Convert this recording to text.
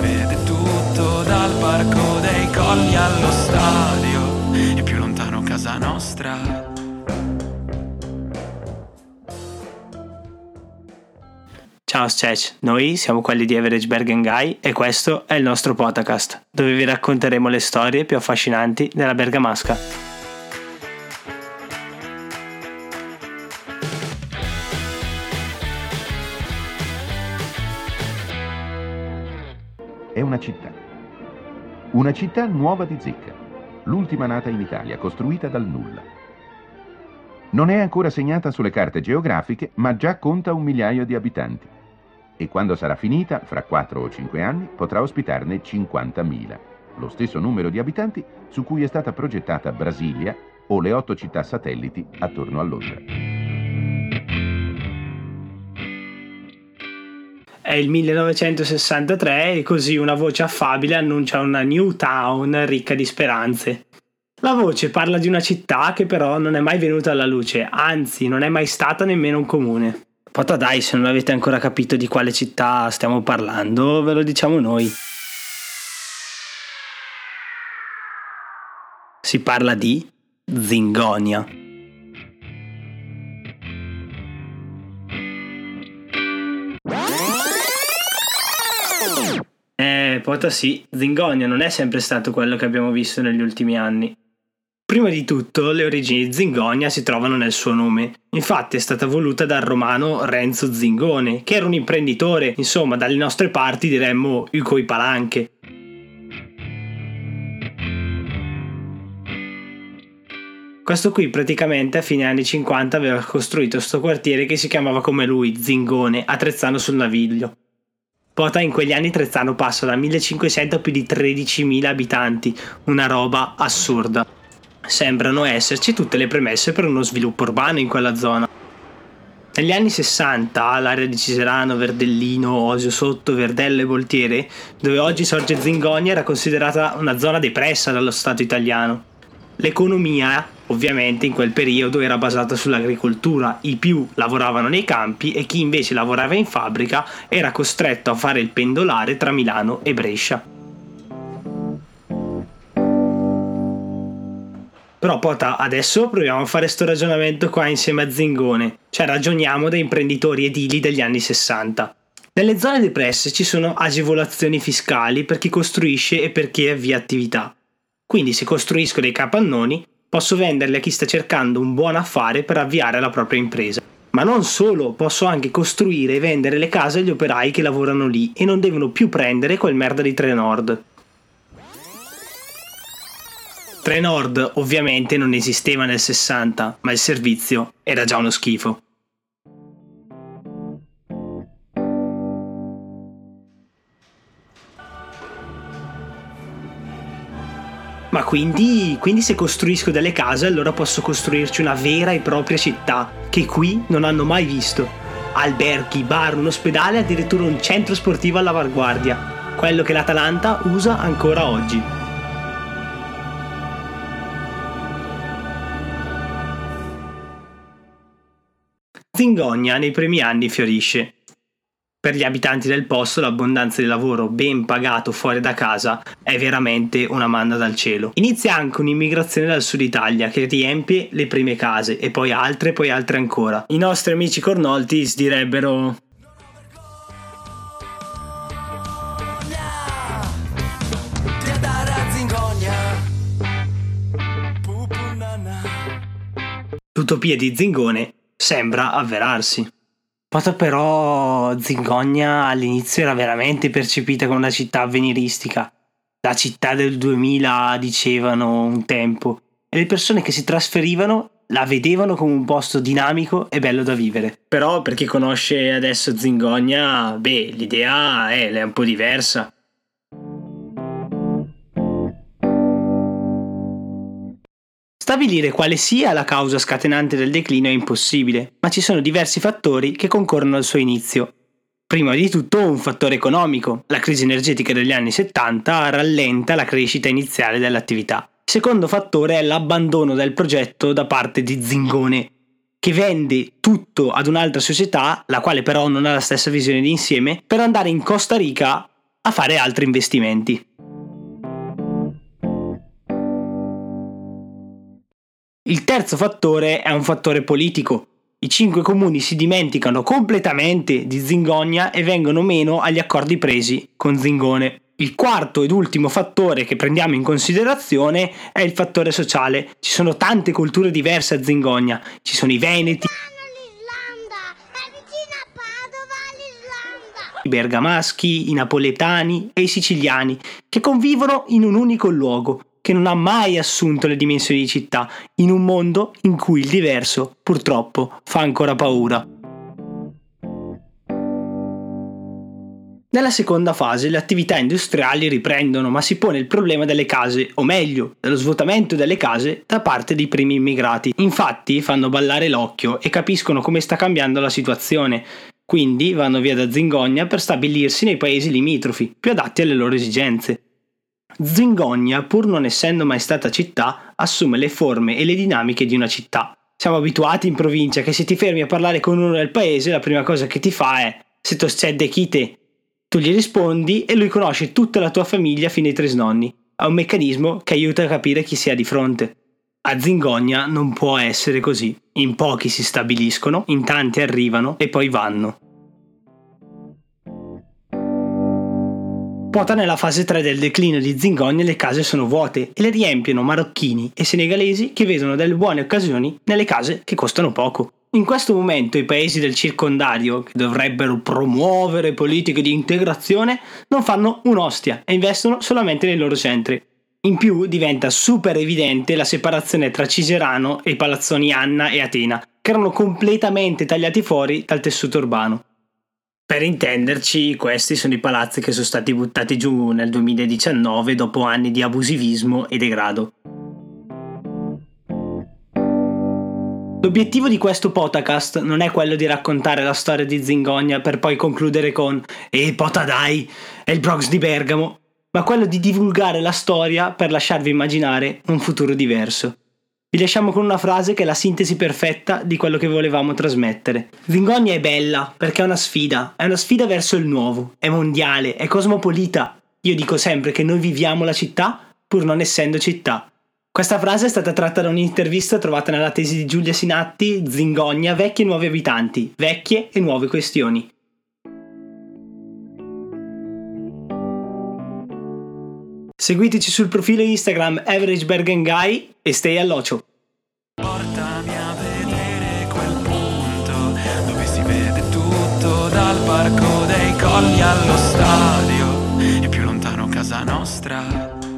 vede tutto dal parco dei colli allo stadio e più lontano casa nostra. Ciao Scec, noi siamo quelli di Average Bergen Guy e questo è il nostro podcast, dove vi racconteremo le storie più affascinanti della bergamasca. È una città nuova di zecca, l'ultima nata in Italia, costruita dal nulla. Non è ancora segnata sulle carte geografiche, ma già conta 1 migliaio di abitanti. E quando sarà finita, fra 4 o 5 anni, potrà ospitarne 50.000, lo stesso numero di abitanti su cui è stata progettata Brasilia o le 8 città satelliti attorno a Londra. È il 1963 e così una voce affabile annuncia una new town ricca di speranze. La voce parla di una città che però non è mai venuta alla luce, anzi non è mai stata nemmeno un comune. Pota dai, se non avete ancora capito di quale città stiamo parlando, ve lo diciamo noi. Si parla di Zingonia. Pota sì, Zingonia non è sempre stato quello che abbiamo visto negli ultimi anni. Prima di tutto, le origini di Zingonia si trovano nel suo nome. Infatti è stata voluta dal romano Renzo Zingone, che era un imprenditore, insomma, dalle nostre parti diremmo il coi palanche. Questo qui praticamente a fine anni 50 aveva costruito sto quartiere che si chiamava come lui, Zingone, a Trezzano sul Naviglio. Pota in quegli anni Trezzano passa da 1500 a più di 13.000 abitanti, una roba assurda. Sembrano esserci tutte le premesse per uno sviluppo urbano in quella zona. Negli anni 60 l'area di Ciserano, Verdellino, Osio Sotto, Verdello e Voltiere, dove oggi sorge Zingonia, era considerata una zona depressa dallo Stato italiano. L'economia, ovviamente, in quel periodo era basata sull'agricoltura, i più lavoravano nei campi e chi invece lavorava in fabbrica era costretto a fare il pendolare tra Milano e Brescia. Però Pota, adesso proviamo a fare sto ragionamento qua insieme a Zingone, cioè ragioniamo da imprenditori edili degli anni 60. Nelle zone depresse ci sono agevolazioni fiscali per chi costruisce e per chi avvia attività. Quindi se costruisco dei capannoni, posso venderli a chi sta cercando un buon affare per avviare la propria impresa. Ma non solo, posso anche costruire e vendere le case agli operai che lavorano lì e non devono più prendere quel merda di Trenord. Trenord ovviamente non esisteva nel 60, ma il servizio era già uno schifo. Ma quindi se costruisco delle case allora posso costruirci una vera e propria città che qui non hanno mai visto. Alberghi, bar, un ospedale e addirittura un centro sportivo all'avanguardia, quello che l'Atalanta usa ancora oggi. Zingonia nei primi anni fiorisce. Per gli abitanti del posto l'abbondanza di lavoro ben pagato fuori da casa è veramente una manna dal cielo. Inizia anche un'immigrazione dal sud Italia che riempie le prime case e poi altre ancora. I nostri amici cornolti direbbero: l'utopia di Zingone sembra avverarsi. Pota però Zingonia all'inizio era veramente percepita come una città avveniristica. La città del 2000 dicevano un tempo, e le persone che si trasferivano la vedevano come un posto dinamico e bello da vivere. Però per chi conosce adesso Zingonia, l'idea è un po' diversa. Stabilire quale sia la causa scatenante del declino è impossibile, ma ci sono diversi fattori che concorrono al suo inizio. Prima di tutto un fattore economico. La crisi energetica degli anni 70 rallenta la crescita iniziale dell'attività. Il secondo fattore è l'abbandono del progetto da parte di Zingone, che vende tutto ad un'altra società, la quale però non ha la stessa visione d'insieme, per andare in Costa Rica a fare altri investimenti. Il terzo fattore è un fattore politico. I 5 comuni si dimenticano completamente di Zingonia e vengono meno agli accordi presi con Zingone. Il quarto ed ultimo fattore che prendiamo in considerazione è il fattore sociale. Ci sono tante culture diverse a Zingonia. Ci sono i veneti, i bergamaschi, i napoletani e i siciliani, che convivono in un unico luogo, che non ha mai assunto le dimensioni di città, in un mondo in cui il diverso, purtroppo, fa ancora paura. Nella seconda fase le attività industriali riprendono, ma si pone il problema delle case, o meglio, dello svuotamento delle case da parte dei primi immigrati. Infatti fanno ballare l'occhio e capiscono come sta cambiando la situazione, quindi vanno via da Zingonia per stabilirsi nei paesi limitrofi, più adatti alle loro esigenze. Zingonia, pur non essendo mai stata città, assume le forme e le dinamiche di una città. Siamo abituati in provincia che se ti fermi a parlare con uno del paese, la prima cosa che ti fa è «Se to succede chi te?». Tu gli rispondi e lui conosce tutta la tua famiglia fino ai 3 snonni. Ha un meccanismo che aiuta a capire chi si ha di fronte. A Zingonia non può essere così. In pochi si stabiliscono, in tanti arrivano e poi vanno. Pota nella fase 3 del declino di Zingonia le case sono vuote e le riempiono marocchini e senegalesi che vedono delle buone occasioni nelle case che costano poco. In questo momento i paesi del circondario, che dovrebbero promuovere politiche di integrazione, non fanno un'ostia e investono solamente nei loro centri. In più diventa super evidente la separazione tra Ciserano e i palazzoni Anna e Atena, che erano completamente tagliati fuori dal tessuto urbano. Per intenderci, questi sono i palazzi che sono stati buttati giù nel 2019 dopo anni di abusivismo e degrado. L'obiettivo di questo podcast non è quello di raccontare la storia di Zingonia per poi concludere con pota dai, è il Bronx di Bergamo, ma quello di divulgare la storia per lasciarvi immaginare un futuro diverso. Vi lasciamo con una frase che è la sintesi perfetta di quello che volevamo trasmettere. Zingonia è bella perché è una sfida verso il nuovo, è mondiale, è cosmopolita. Io dico sempre che noi viviamo la città pur non essendo città. Questa frase è stata tratta da un'intervista trovata nella tesi di Giulia Sinatti, Zingonia, vecchi e nuovi abitanti, vecchie e nuove questioni. Seguiteci sul profilo Instagram AverageBergenGuy e stay all'ocio. Portami a vedere quel punto dove si vede tutto, dal parco dei Colli allo stadio e più lontano casa nostra.